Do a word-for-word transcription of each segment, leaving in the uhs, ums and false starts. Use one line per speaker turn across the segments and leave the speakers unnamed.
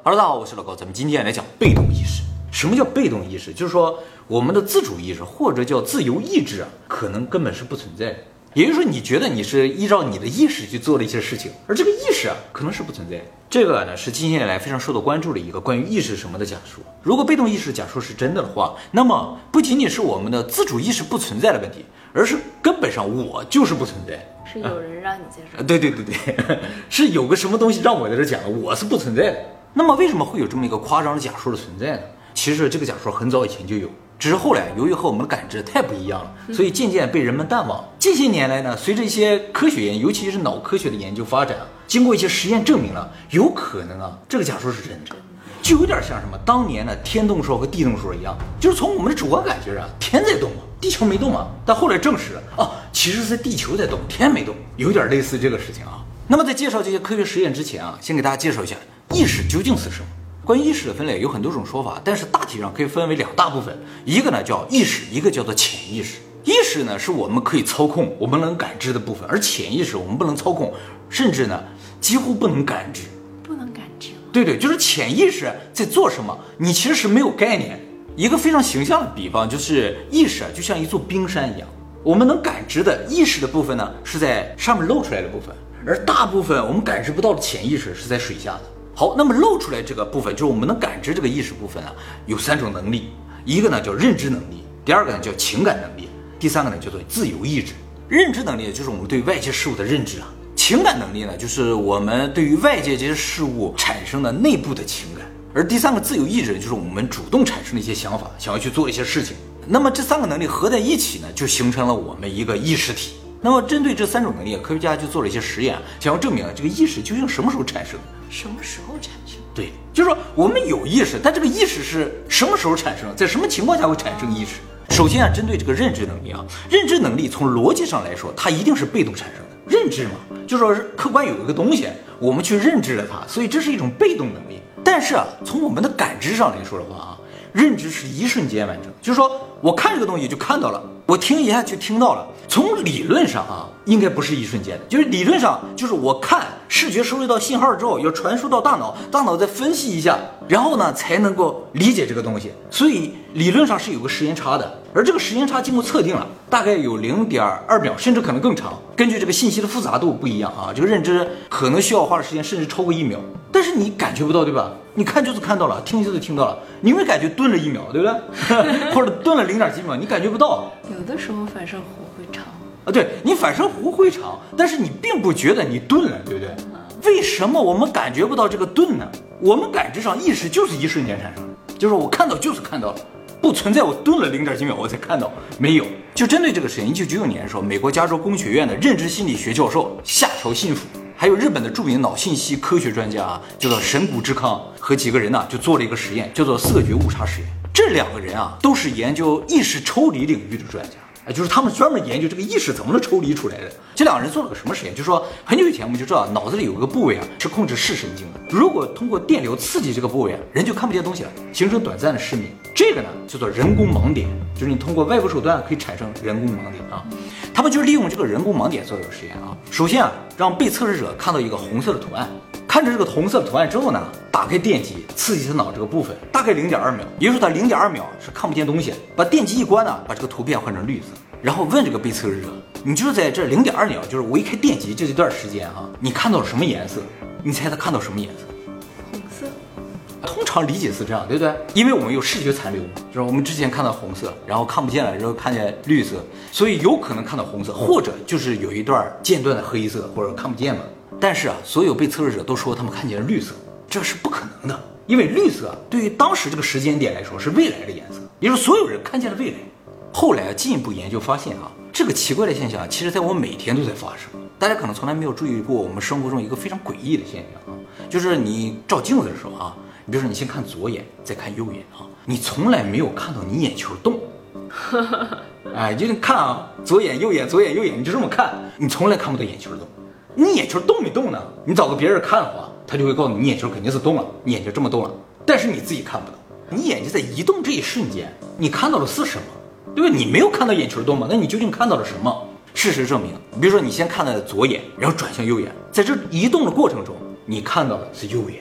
Hello， 大家好，我是老高，咱们今天来讲被动意识。什么叫被动意识？就是说我们的自主意识或者叫自由意志啊，可能根本是不存在的。也就是说，你觉得你是依照你的意识去做了一些事情，而这个意识啊，可能是不存在的。这个呢，是近些年来非常受到关注的一个关于意识什么的假说。如果被动意识假说是真的的话，那么不仅仅是我们的自主意识不存在的问题，而是根本上我就是不存在。
是有人让你在这儿、
啊？对对对对，是有个什么东西让我在这讲的，我是不存在的。那么为什么会有这么一个夸张的假说的存在呢？其实这个假说很早以前就有，只是后来由于和我们的感知太不一样了，所以渐渐被人们淡忘。近些年来呢，随着一些科学研，尤其是脑科学的研究发展啊，经过一些实验证明了，有可能啊，这个假说是真的，就有点像什么当年的天动说和地动说一样，就是从我们的主观感觉啊，天在动嘛，地球没动嘛，但后来证实了啊，其实是地球在动，天没动，有点类似这个事情啊。那么在介绍这些科学实验之前啊，先给大家介绍一下意识究竟是什么。关于意识的分类有很多种说法，但是大体上可以分为两大部分，一个呢叫意识，一个叫做潜意识。意识呢是我们可以操控、我们能感知的部分，而潜意识我们不能操控，甚至呢几乎不能感知。
不能感知吗？
对对，就是潜意识在做什么，你其实是没有概念。一个非常形象的比方就是意识啊，就像一座冰山一样，我们能感知的意识的部分呢是在上面露出来的部分，而大部分我们感知不到的潜意识是在水下的。好，那么露出来这个部分就是我们能感知这个意识部分啊，有三种能力，一个呢叫认知能力，第二个呢叫情感能力，第三个呢叫做自由意志。认知能力就是我们对外界事物的认知啊，情感能力呢就是我们对于外界这些事物产生的内部的情感，而第三个自由意志就是我们主动产生的一些想法，想要去做一些事情。那么这三个能力合在一起呢，就形成了我们一个意识体。那么针对这三种能力，科学家就做了一些实验，想要证明这个意识究竟什么时候产生的。
什么时候产生？
对，就是说我们有意识，但这个意识是什么时候产生，在什么情况下会产生意识。首先啊，针对这个认知能力啊，认知能力从逻辑上来说，它一定是被动产生的。认知嘛，就说是客观有一个东西，我们去认知了它，所以这是一种被动能力。但是啊，从我们的感知上来说的话啊，认知是一瞬间完成，就是说我看这个东西就看到了，我听一下就听到了。从理论上啊，应该不是一瞬间的，就是理论上就是我看视觉收集到信号之后，要传输到大脑，大脑再分析一下，然后呢才能够理解这个东西。所以理论上是有个时间差的，而这个时间差经过测定了，大概有零点二秒，甚至可能更长。根据这个信息的复杂度不一样啊，这个认知可能需要花的时间甚至超过一秒，但是你感觉不到，对吧？你看就是看到了，听就是听到了，你会感觉顿了一秒，对不对？或者顿了零点几秒，你感觉不到。
有的时候反射弧会长
啊，对，你反射弧会长，但是你并不觉得你顿了，对不对？为什么我们感觉不到这个顿呢？我们感知上意识就是一瞬间产生的，就是我看到就是看到了，不存在我顿了零点几秒我才看到，没有。就针对这个实验，一九九九年的时候，美国加州工学院的认知心理学教授下条信辅，还有日本的著名脑信息科学专家啊，叫做神谷智康和几个人呢、啊，就做了一个实验，叫做色觉误差实验。这两个人啊，都是研究意识抽离领域的专家。啊，就是他们专门研究这个意识怎么能抽离出来的。这两个人做了个什么实验？就是说很久以前我们就知道脑子里有个部位啊是控制视神经的，如果通过电流刺激这个部位啊，人就看不见东西了，形成短暂的失明。这个呢叫做人工盲点，就是你通过外部手段可以产生人工盲点啊。他们就利用这个人工盲点做这个实验啊。首先啊，让被测试者看到一个红色的图案，看着这个红色的图案之后呢，打开电极刺激他脑这个部分，大概零点二秒，也就是说他零点二秒是看不见东西，把电极一关呢，把这个图片换成绿色。然后问这个被测试者，你就是在这零点二秒，就是我一开电极这一段时间啊，你看到了什么颜色？你猜他看到什么颜色？
红色。
通常理解是这样，对不对？因为我们有视觉残留嘛，就是我们之前看到红色，然后看不见了，然后看见绿色，所以有可能看到红色，或者就是有一段间断的黑色，或者看不见了。但是啊，所有被测试者都说他们看见了绿色，这是不可能的，因为绿色对于当时这个时间点来说是未来的颜色，也就是所有人看见了未来。后来啊，进一步研究发现啊，这个奇怪的现象其实在我每天都在发生。大家可能从来没有注意过我们生活中一个非常诡异的现象啊，就是你照镜子的时候啊，你比如说你先看左眼，再看右眼啊，你从来没有看到你眼球动。哎，就是看啊，左眼右眼左眼右眼，你就这么看，你从来看不到眼球动。你眼球动没动呢？你找个别人看的话，他就会告诉你，你眼球肯定是动了，你眼球这么动了，但是你自己看不到。你眼睛在移动这一瞬间，你看到的是什么？对吧？你没有看到眼球动吗？那你究竟看到了什么？事实证明，比如说你先看到左眼，然后转向右眼，在这移动的过程中，你看到的是右眼，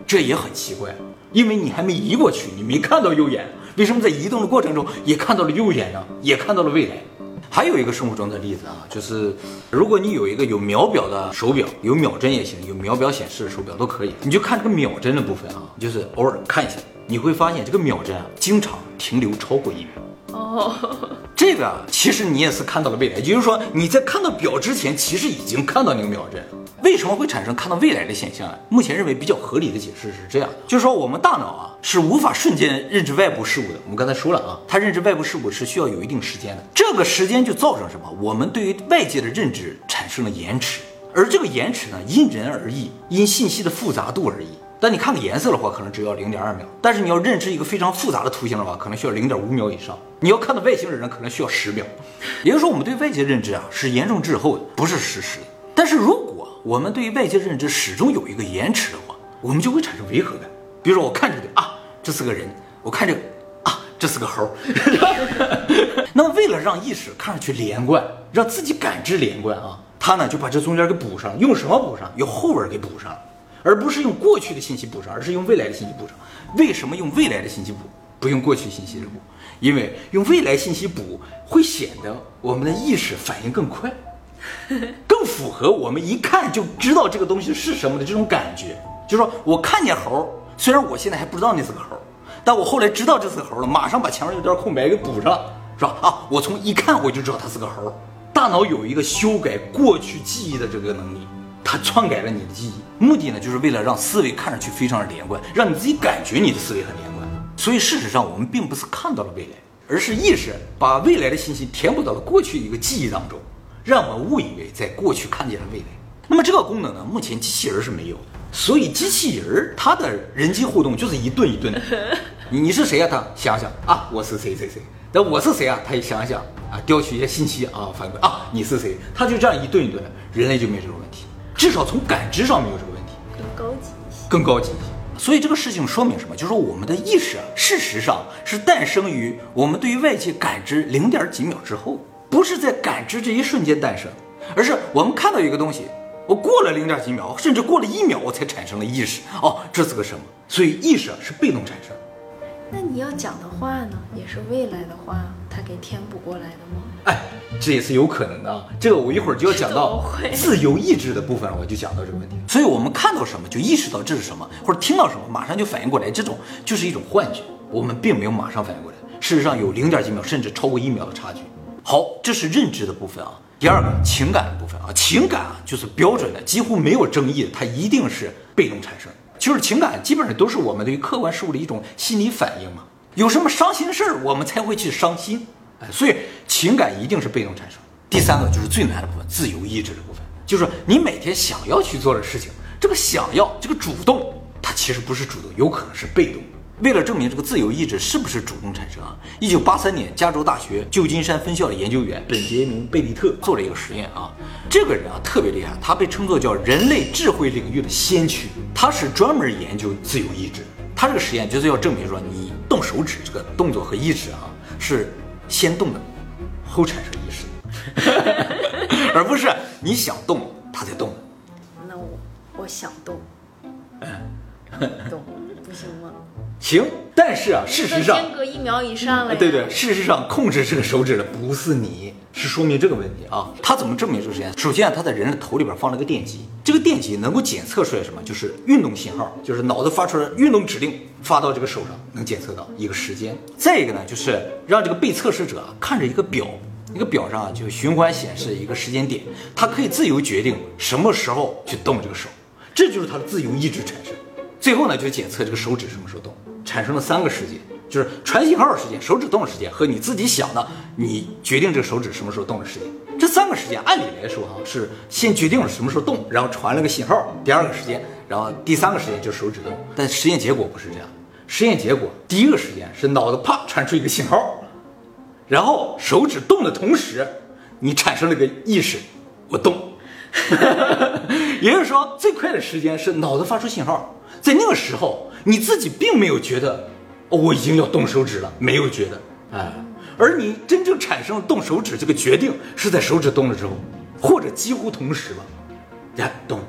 这也很奇怪，因为你还没移过去，你没看到右眼，为什么在移动的过程中也看到了右眼呢？也看到了未来。还有一个生活中的例子啊，就是如果你有一个有秒表的手表，有秒针也行，有秒表显示的手表都可以，你就看这个秒针的部分啊，就是偶尔看一下，你会发现这个秒针啊，经常停留超过一秒。
哦，
这个啊，其实你也是看到了未来，也就是说你在看到表之前，其实已经看到那个秒针。为什么会产生看到未来的现象啊？目前认为比较合理的解释是这样的，就是说我们大脑啊是无法瞬间认知外部事物的。我们刚才说了啊，它认知外部事物是需要有一定时间的，这个时间就造成什么？我们对于外界的认知产生了延迟，而这个延迟呢，因人而异，因信息的复杂度而异。但你看个颜色的话，可能只要零点二秒，但是你要认知一个非常复杂的图形的话，可能需要零点五秒以上。你要看到外星人呢，可能需要十秒。也就是说，我们对外界认知啊是严重滞后的，不是实时的。但是如果我们对于外界认知始终有一个延迟的话，我们就会产生违和感。比如说，我看这个啊，这是个人；我看这个啊，这是个猴。那么，为了让意识看上去连贯，让自己感知连贯啊，他呢就把这中间给补上，用什么补上？用后边给补上，而不是用过去的信息补上，而是用未来的信息补上。为什么用未来的信息补，不用过去信息的补？因为用未来信息补会显得我们的意识反应更快。更符合我们一看就知道这个东西是什么的这种感觉。就是说我看见猴，虽然我现在还不知道那是个猴，但我后来知道这是个猴了，马上把墙上有点空白给补上了，是吧？啊，我从一看我就知道它是个猴。大脑有一个修改过去记忆的这个能力，它篡改了你的记忆，目的呢就是为了让思维看上去非常的连贯，让你自己感觉你的思维很连贯。所以事实上我们并不是看到了未来，而是意识把未来的信息填补到了过去一个记忆当中，让我们误以为在过去看见了未来。那么这个功能呢，目前机器人是没有的。所以机器人它的人机互动就是一顿一顿的。你你是谁啊？他想想啊，我是谁谁谁。那我是谁啊？他也想想啊，调取一些信息啊，反馈啊，你是谁？他就这样一顿一顿的。人类就没有这个问题，至少从感知上没有这个问题，
更高级一些。
更高级一些。所以这个事情说明什么？就是说我们的意识啊，事实上是诞生于我们对于外界感知零点几秒之后。不是在感知这一瞬间诞生，而是我们看到一个东西，我过了零点几秒，甚至过了一秒，我才产生了意识。哦，这是个什么？所以意识是被动产生。
那你要讲的话呢，也是未来的话，它给填补过来的吗？
哎，这也是有可能的啊。这个我一会儿就要讲到自由意志的部分，我就讲到这个问题。所以我们看到什么就意识到这是什么，或者听到什么马上就反应过来，这种就是一种幻觉，我们并没有马上反应过来。事实上有零点几秒，甚至超过一秒的差距。好，这是认知的部分啊。第二个，情感的部分啊，情感啊就是标准的，几乎没有争议的，它一定是被动产生。就是情感基本上都是我们对于客观事物的一种心理反应嘛。有什么伤心的事儿，我们才会去伤心。哎，所以情感一定是被动产生。第三个就是最难的部分，自由意志的部分，就是你每天想要去做的事情，这个想要，这个主动，它其实不是主动，有可能是被动。为了证明这个自由意志是不是主动产生啊，一九八三年，加州大学旧金山分校的研究员本杰明·贝利特做了一个实验啊。这个人啊特别厉害，他被称作叫人类智慧领域的先驱，他是专门研究自由意志。他这个实验就是要证明说，你动手指这个动作和意志啊是先动的，后产生意识的，而不是你想动他才动。
那我我想动，动不行吗？
行，但是啊，事实上
间隔一秒以上了。
对对，事实上控制这个手指的不是你，是说明这个问题啊。他怎么证明这个实验？首先啊，他在人的头里边放了个电极，这个电极能够检测出来什么？就是运动信号，就是脑子发出来运动指令，发到这个手上能检测到一个时间。再一个呢，就是让这个被测试者啊看着一个表，一个表上啊就循环显示一个时间点，他可以自由决定什么时候去动这个手，这就是他的自由意志产生。最后呢，就检测这个手指什么时候动。产生了三个时间，就是传信号的时间、手指动的时间和你自己想的你决定这个手指什么时候动的时间。这三个时间按理来说哈是先决定了什么时候动，然后传了个信号，第二个时间，然后第三个时间就是手指动。但实验结果不是这样，实验结果第一个时间是脑子啪传出一个信号，然后手指动的同时你产生了个意识，我动。也就是说最快的时间是脑子发出信号，在那个时候你自己并没有觉得、哦、我已经要动手指了，没有觉得，哎，而你真正产生了动手指这个决定是在手指动了之后，或者几乎同时吧，呀，动动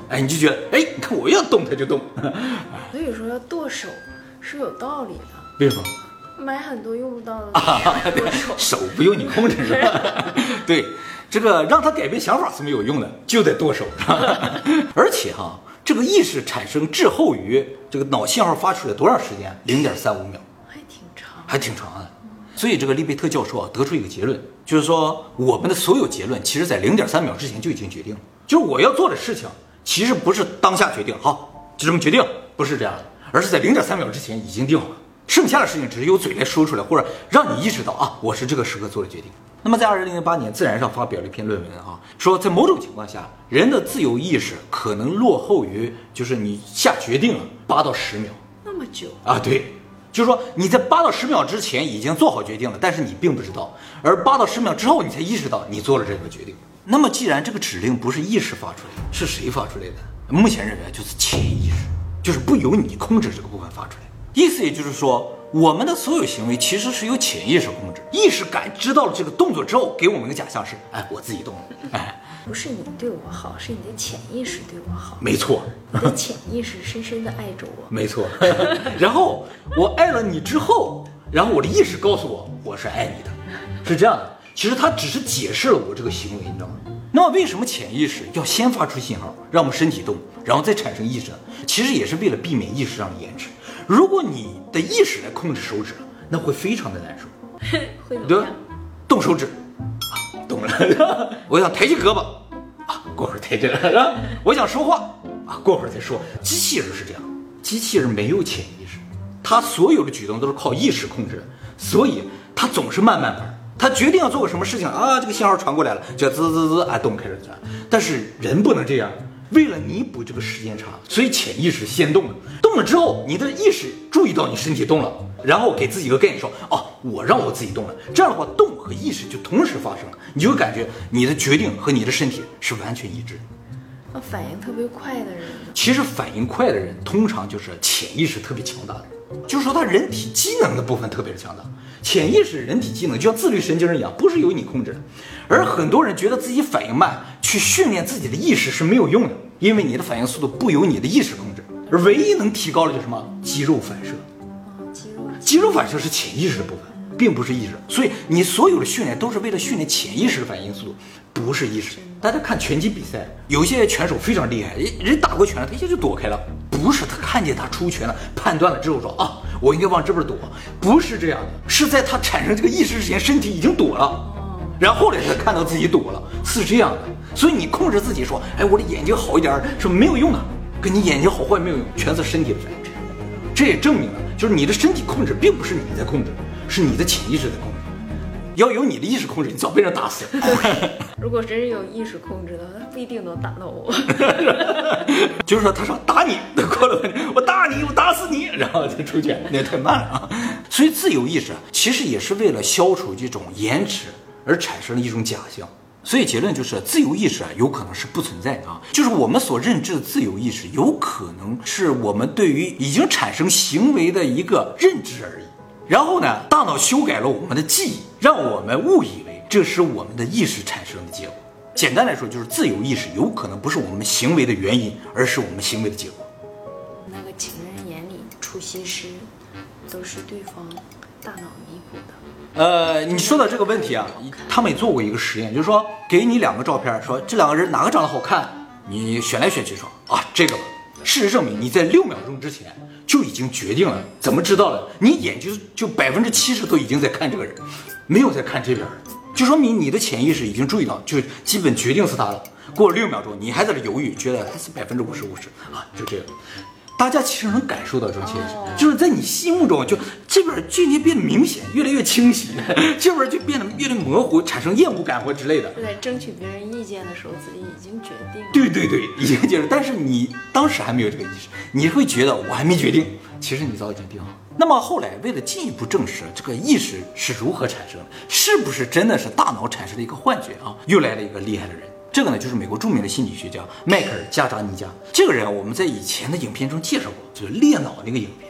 哎，你就觉得，哎，你看我要动它就动。
所以说要剁手是有道理的。
为什么？
买很多用不到的
啊，对，手不由你控制是吧？对，这个让他改变想法是没有用的，就得剁手，是吧？而且哈，这个意识产生滞后于这个脑信号发出来多长时间？零点三五秒，
还挺长，
还挺长的。所以这个利贝特教授啊，得出一个结论，就是说我们的所有结论，其实在零点三秒之前就已经决定了。就是我要做的事情，其实不是当下决定，好，就这么决定，不是这样的，而是在零点三秒之前已经定好了。剩下的事情只是由嘴来说出来，或者让你意识到啊，我是这个时刻做的决定。那么在二零零八年《自然》上发表了一篇论文啊，说在某种情况下，人的自由意识可能落后于就是你下决定了八到十秒。
那么久
啊？对，就是说你在八到十秒之前已经做好决定了，但是你并不知道，而八到十秒之后你才意识到你做了这个决定。那么既然这个指令不是意识发出来的，是谁发出来的？目前认为就是潜意识，就是不由你控制这个部分发出来。意思也就是说，我们的所有行为其实是由潜意识控制，意识感知到了这个动作之后，给我们一个假象是，哎，我自己动了，哎，
不是你对我好，是你的潜意识对我好。
没错，
你的潜意识深深的爱着我。
没错。然后我爱了你之后，然后我的意识告诉我，我是爱你的，是这样的。其实它只是解释了我这个行为，你知道吗？那么为什么潜意识要先发出信号，让我们身体动，然后再产生意识呢？其实也是为了避免意识上的延迟。如果你的意识来控制手指，那会非常的难受。
会怎么样？
动手指，啊，动了。我想抬起胳膊，啊，过会儿抬起来了。我想说话，啊，过会儿再说。机器人是这样，机器人没有潜意识，它所有的举动都是靠意识控制的，所以它总是慢慢玩。他决定要做个什么事情啊，这个信号传过来了，就滋滋滋，哎，动开始转。但是人不能这样，为了弥补这个时间差，所以潜意识先动了。动了之后，你的意识注意到你身体动了，然后给自己一个概念说，哦，我让我自己动了。这样的话，动和意识就同时发生了，你就会感觉你的决定和你的身体是完全一致的。
那反应特别快的人呢？
其实反应快的人，通常就是潜意识特别强大的人，就是说他人体机能的部分特别的强大。潜意识人体机能就像自律神经一样，不是由你控制的。而很多人觉得自己反应慢，去训练自己的意识是没有用的，因为你的反应速度不由你的意识控制。而唯一能提高的就是什么？肌肉反射。
哦，肌肉。
肌肉反射是潜意识的部分，并不是意识。所以你所有的训练都是为了训练潜意识的反应速度，不是意识。大家看拳击比赛，有些拳手非常厉害，人人打过拳了，他一下就躲开了。不是他看见他出拳了，判断了之后说啊，我应该往这边躲，不是这样的，是在他产生这个意识之前，身体已经躲了，然后来才看到自己躲了，是这样的。所以你控制自己说，哎，我的眼睛好一点，是没有用的，跟你眼睛好坏没有用，全是身体的反应。这也证明了，就是你的身体控制并不是你在控制，是你的潜意识在控制。要有你的意识控制，你早被人打死了。
如果真是有意识控制的，他不一定能打到我。
就是说，他说打你，过了我打你，我打死你，然后再出拳，那太慢了啊。所以自由意识其实也是为了消除这种延迟而产生了一种假象。所以结论就是，自由意识啊，有可能是不存在的啊。就是我们所认知的自由意识，有可能是我们对于已经产生行为的一个认知而已。然后呢，大脑修改了我们的记忆，让我们误以为这是我们的意识产生的结果。简单来说，就是自由意识有可能不是我们行为的原因，而是我们行为的结果。
那个情人眼里出西施，都是对方大脑弥补的。
呃，你说到这个问题啊，他们也做过一个实验，就是说给你两个照片，说这两个人哪个长得好看，你选来选去说啊这个吧。事实证明，你在六秒钟之前就已经决定了，怎么知道了？你眼睛就百分之七十都已经在看这个人，没有在看这边，就说明你的潜意识已经注意到，就基本决定是他了。过了六秒钟，你还在这犹豫，觉得还是百分之五十五十啊，就这个。大家其实能感受到这种潜意识，就是在你心目中，就这边距离变得明显，越来越清晰，这边就变得越来越模糊，产生厌恶感或之类的。
是在争取别人意见的时候，自己已经决定了。
对对对，已经决定，但是你当时还没有这个意识，你会觉得我还没决定，其实你早已经定好。那么后来，为了进一步证实这个意识是如何产生的，是不是真的是大脑产生的一个幻觉啊，又来了一个厉害的人。这个呢，就是美国著名的心理学家迈克尔·加扎尼加。这个人我们在以前的影片中介绍过，就是猎脑那个影片。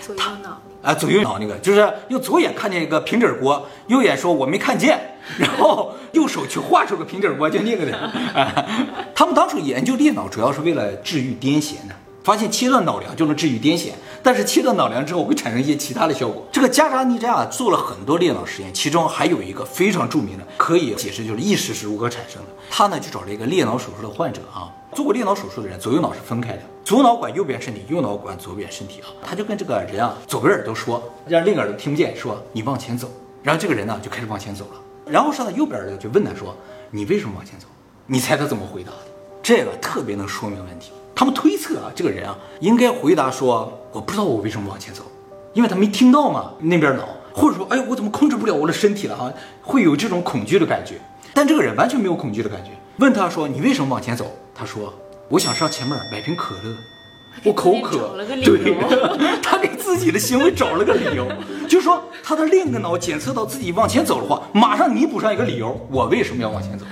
左右脑
啊，左右脑那个就是用左眼看见一个平底锅，右眼说我没看见，然后右手去画出个平底锅，就那个人。啊，他们当初研究裂脑主要是为了治愈癫痫的。发现切断脑梁就能治愈癫痫，但是切断脑梁之后会产生一些其他的效果。这个加扎尼扎啊做了很多裂脑实验，其中还有一个非常著名的，可以解释就是意识是如何产生的。他呢就找了一个裂脑手术的患者啊，做过裂脑手术的人左右脑是分开的，左脑管右边身体，右脑管左边身体啊。他就跟这个人啊左边耳朵说，让另一个耳朵听不见，说你往前走。然后这个人呢就开始往前走了，然后上到右边耳朵就问他说你为什么往前走？你猜他怎么回答的？这个特别能说明问题。他们推测啊，这个人啊应该回答说我不知道我为什么往前走，因为他没听到嘛那边脑，或者说哎我怎么控制不了我的身体了哈，会有这种恐惧的感觉。但这个人完全没有恐惧的感觉。问他说你为什么往前走？他说我想上前面买瓶可乐，我口渴。对，他给自己的行为找了个理由，就是说他的另一个脑检测到自己往前走的话，马上弥补上一个理由，我为什么要往前走？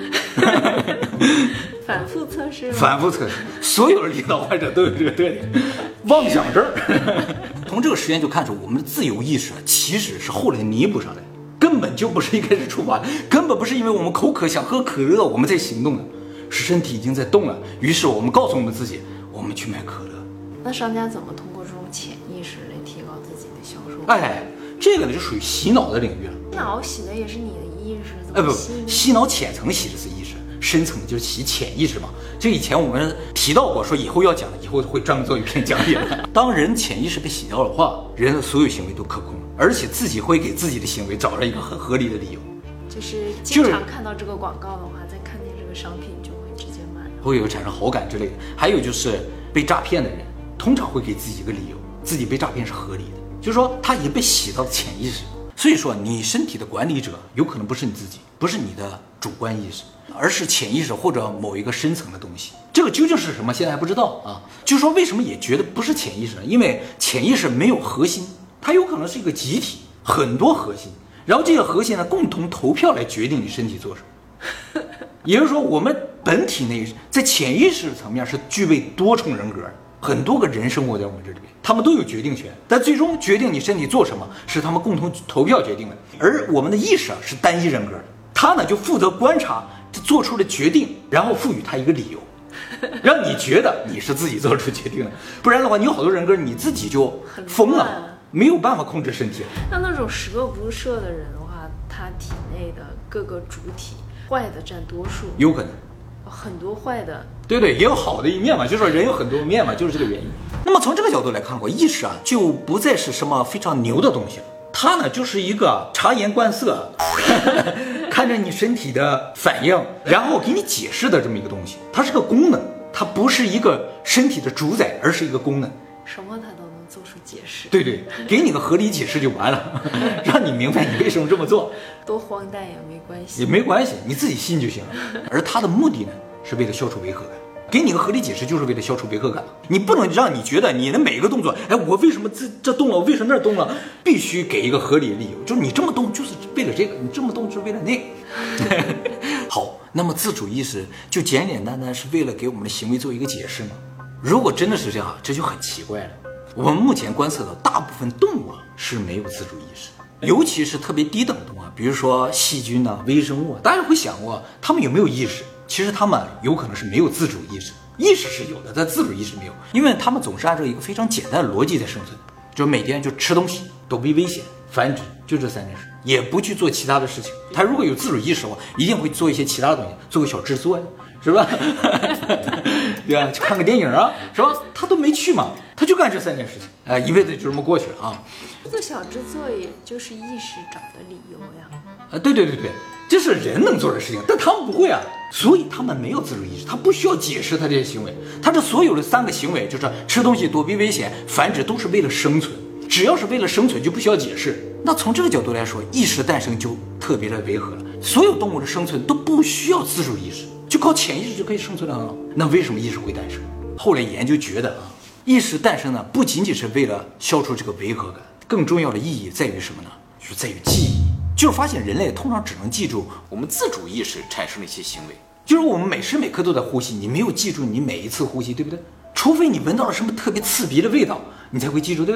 反复测试，
反复测试，所有的裂脑患者都有这个特点，妄想症。从这个实验就看出，我们的自由意识其实是后来弥补上来的，根本就不是一开始触发的，根本不是因为我们口渴想喝可乐我们在行动的，是身体已经在动了，于是我们告诉我们自己，我们去买可乐。
那商家怎么通过这种潜意识来提高自己的销售？
哎，这个呢就属于洗脑的领域了。
脑洗的也是你的意识，
哎不，洗脑浅层洗的是意识。深层就是洗潜意识嘛，就以前我们提到过，说以后要讲的，以后会专门做一篇讲解。当人潜意识被洗掉的话，人的所有行为都可控了，而且自己会给自己的行为找着一个很合理的理由。
就是经常看到这个广告的话，再看见这个商品就会直接买，
会有产生好感之类的。还有就是被诈骗的人，通常会给自己一个理由，自己被诈骗是合理的，就是说他已经被洗到潜意识。所以说，你身体的管理者有可能不是你自己，不是你的主观意识，而是潜意识或者某一个深层的东西。这个究竟是什么，现在还不知道啊。就是说，为什么也觉得不是潜意识呢？因为潜意识没有核心，它有可能是一个集体，很多核心，然后这个核心呢共同投票来决定你身体做什么。也就是说，我们本体内在潜意识层面是具备多重人格的。很多个人生活在我们这里边，他们都有决定权，但最终决定你身体做什么是他们共同投票决定的。而我们的意识啊是单一人格的，他呢就负责观察做出的决定，然后赋予他一个理由，让你觉得你是自己做出决定的。不然的话，你有好多人格，你自己就疯了，没有办法控制身体。
那那种十恶不赦的人的话，他体内的各个主体坏的占多数，
有可能。
很多坏的，
对对，也有好的一面嘛，就是说人有很多面嘛，就是这个原因。那么从这个角度来看的话，意识啊就不再是什么非常牛的东西了，它呢就是一个察言观色，看着你身体的反应，然后给你解释的这么一个东西。它是个功能，它不是一个身体的主宰，而是一个功能。
什么它都能做出解释。
对对，给你个合理解释就完了，让你明白你为什么这么做。
多荒诞也没关系，
也没关系，你自己信就行了。而它的目的呢，是为了消除违和感。给你个合理解释，就是为了消除违和感。你不能让你觉得你的每一个动作，哎，我为什么这这动了，我为什么那动了？必须给一个合理的理由，就是你这么动就是为了这个，你这么动就是为了那个。好，那么自主意识就简简单单是为了给我们的行为做一个解释吗？如果真的是这样，这就很奇怪了。我们目前观测到，大部分动物啊是没有自主意识的，尤其是特别低等的动物，比如说细菌啊、微生物啊，大家会想过它们有没有意识？其实它们有可能是没有自主意识，意识是有的，但自主意识没有，因为它们总是按照一个非常简单的逻辑在生存，就每天就吃东西、躲避危险、繁殖，就这三件事，也不去做其他的事情。它如果有自主意识的话，一定会做一些其他的东西，做个小制作呀，是吧？对吧？去看个电影啊，是吧？他都没去嘛，他就干这三件事情，哎、呃，一辈子就这么过去了啊。
做小制作也就是意识找的理由呀。
啊，对对对对，这是人能做的事情，但他们不会啊，所以他们没有自主意识，他不需要解释他这些行为，他这所有的三个行为，就是吃东西、躲避危险、繁殖，都是为了生存。只要是为了生存，就不需要解释。那从这个角度来说，意识诞生就特别的违和了。所有动物的生存都不需要自主意识，就靠潜意识就可以生存得很好。那为什么意识会诞生？后来研究觉得啊，意识诞生呢，不仅仅是为了消除这个违和感，更重要的意义在于什么呢？就是在于记忆。就是发现人类通常只能记住我们自主意识产生的一些行为，就是我们每时每刻都在呼吸，你没有记住你每一次呼吸，对不对？除非你闻到了什么特别刺鼻的味道，你才会记住，对不对？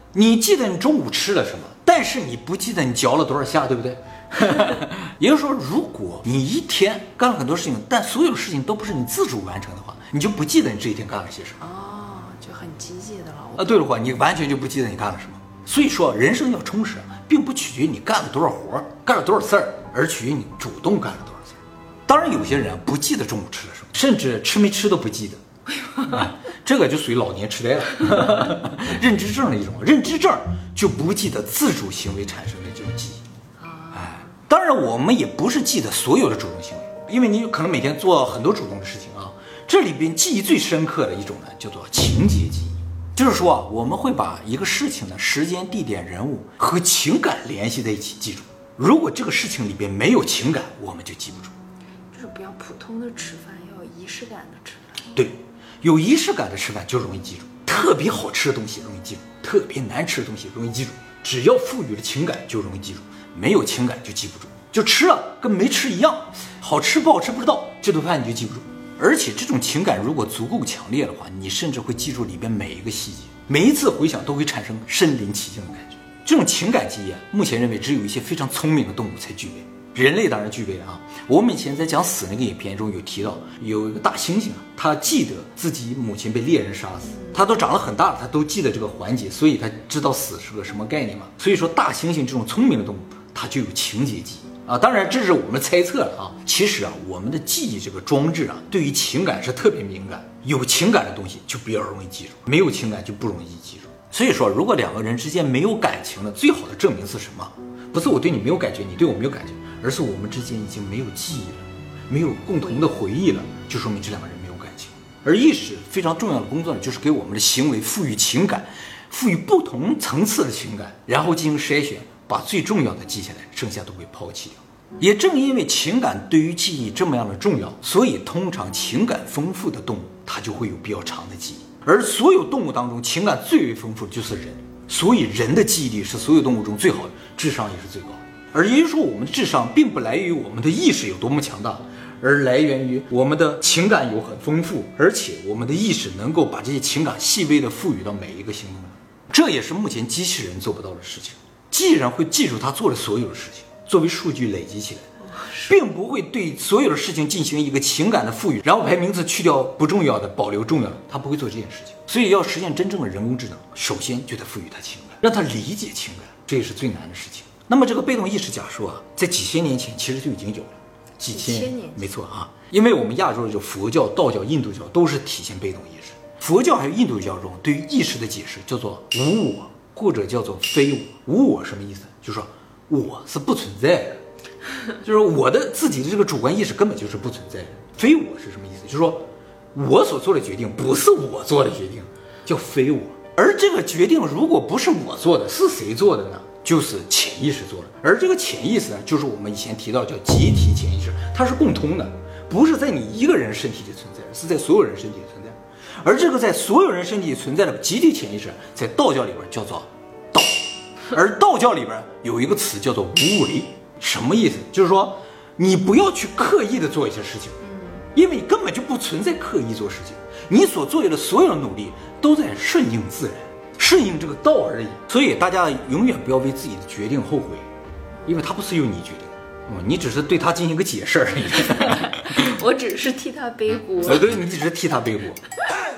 你记得你中午吃了什么，但是你不记得你嚼了多少下，对不对？也就是说，如果你一天干了很多事情，但所有事情都不是你自主完成的话，你就不记得你这一天干了些什么。
哦，就很积极的了。
啊，对的话，你完全就不记得你干了什么。所以说，人生要充实，并不取决于你干了多少活，干了多少事儿，而取决于你主动干了多少事儿。当然，有些人不记得中午吃了什么，甚至吃没吃都不记得，啊、这个就属于老年痴呆了，认知症的一种。认知症就不记得自主行为产生的这种记忆。哎，当然，我们也不是记得所有的主动行为，因为你可能每天做很多主动的事情啊。这里边记忆最深刻的一种呢，叫做情节记忆。就是说啊，我们会把一个事情的时间、地点、人物和情感联系在一起记住。如果这个事情里边没有情感，我们就记不住。
就是不要普通的吃饭，要有仪式感的吃饭。
对，有仪式感的吃饭就容易记住。特别好吃的东西容易记住，特别难吃的东西容易记住。只要赋予了情感就容易记住，没有情感就记不住。就吃了跟没吃一样，好吃不好吃不知道，这顿饭你就记不住。而且这种情感如果足够强烈的话，你甚至会记住里边每一个细节，每一次回想都会产生身临其境的感觉。这种情感记忆啊，目前认为只有一些非常聪明的动物才具备，人类当然具备了啊。我们以前在讲死那个影片中有提到，有一个大猩猩啊，他记得自己母亲被猎人杀死，他都长了很大了，他都记得这个环节，所以他知道死是个什么概念嘛。所以说大猩猩这种聪明的动物，它就有情节记忆。啊，当然这是我们猜测了啊。其实啊，我们的记忆这个装置啊，对于情感是特别敏感。有情感的东西就比较容易记住，没有情感就不容易记住。所以说，如果两个人之间没有感情的，最好的证明是什么？不是我对你没有感觉，你对我没有感觉，而是我们之间已经没有记忆了，没有共同的回忆了，就说明这两个人没有感情。而意识非常重要的工作呢，就是给我们的行为赋予情感，赋予不同层次的情感，然后进行筛选。把最重要的记下来，剩下都会抛弃掉。也正因为情感对于记忆这么样的重要，所以通常情感丰富的动物，它就会有比较长的记忆。而所有动物当中，情感最为丰富的就是人，所以人的记忆力是所有动物中最好的，智商也是最高的。而也就是说，我们的智商并不来源于我们的意识有多么强大，而来源于我们的情感有很丰富，而且我们的意识能够把这些情感细微的赋予到每一个行动上。这也是目前机器人做不到的事情。机器人会记住他做的所有的事情，作为数据累积起来，并不会对所有的事情进行一个情感的赋予，然后把名字去掉不重要的，保留重要的，他不会做这件事情。所以要实现真正的人工智能，首先就得赋予他情感，让他理解情感，这也是最难的事情。那么这个被动意识假说啊，在几千年前其实就已经有了，几千年，
几千年
没错啊，因为我们亚洲的就佛教、道教、印度教都是体现被动意识。佛教还有印度教中对于意识的解释叫做无我，或者叫做非我。无我什么意思？就是说我是不存在的，就是我的自己的这个主观意识根本就是不存在的。非我是什么意思？就是说我所做的决定不是我做的决定，叫非我。而这个决定如果不是我做的，是谁做的呢？就是潜意识做的。而这个潜意识呢，就是我们以前提到叫集体潜意识，它是共通的，不是在你一个人身体里存在，是在所有人身体里存在。而这个在所有人身体里存在的集体潜意识，在道教里边叫做道。而道教里边有一个词叫做无为，什么意思？就是说你不要去刻意的做一些事情，因为你根本就不存在刻意做事情，你所做的所有的努力都在顺应自然，顺应这个道而已。所以大家永远不要为自己的决定后悔，因为它不是由你决定，嗯，你只是对它进行一个解释而已。
我只是替他背锅。
对，你只是替他背锅。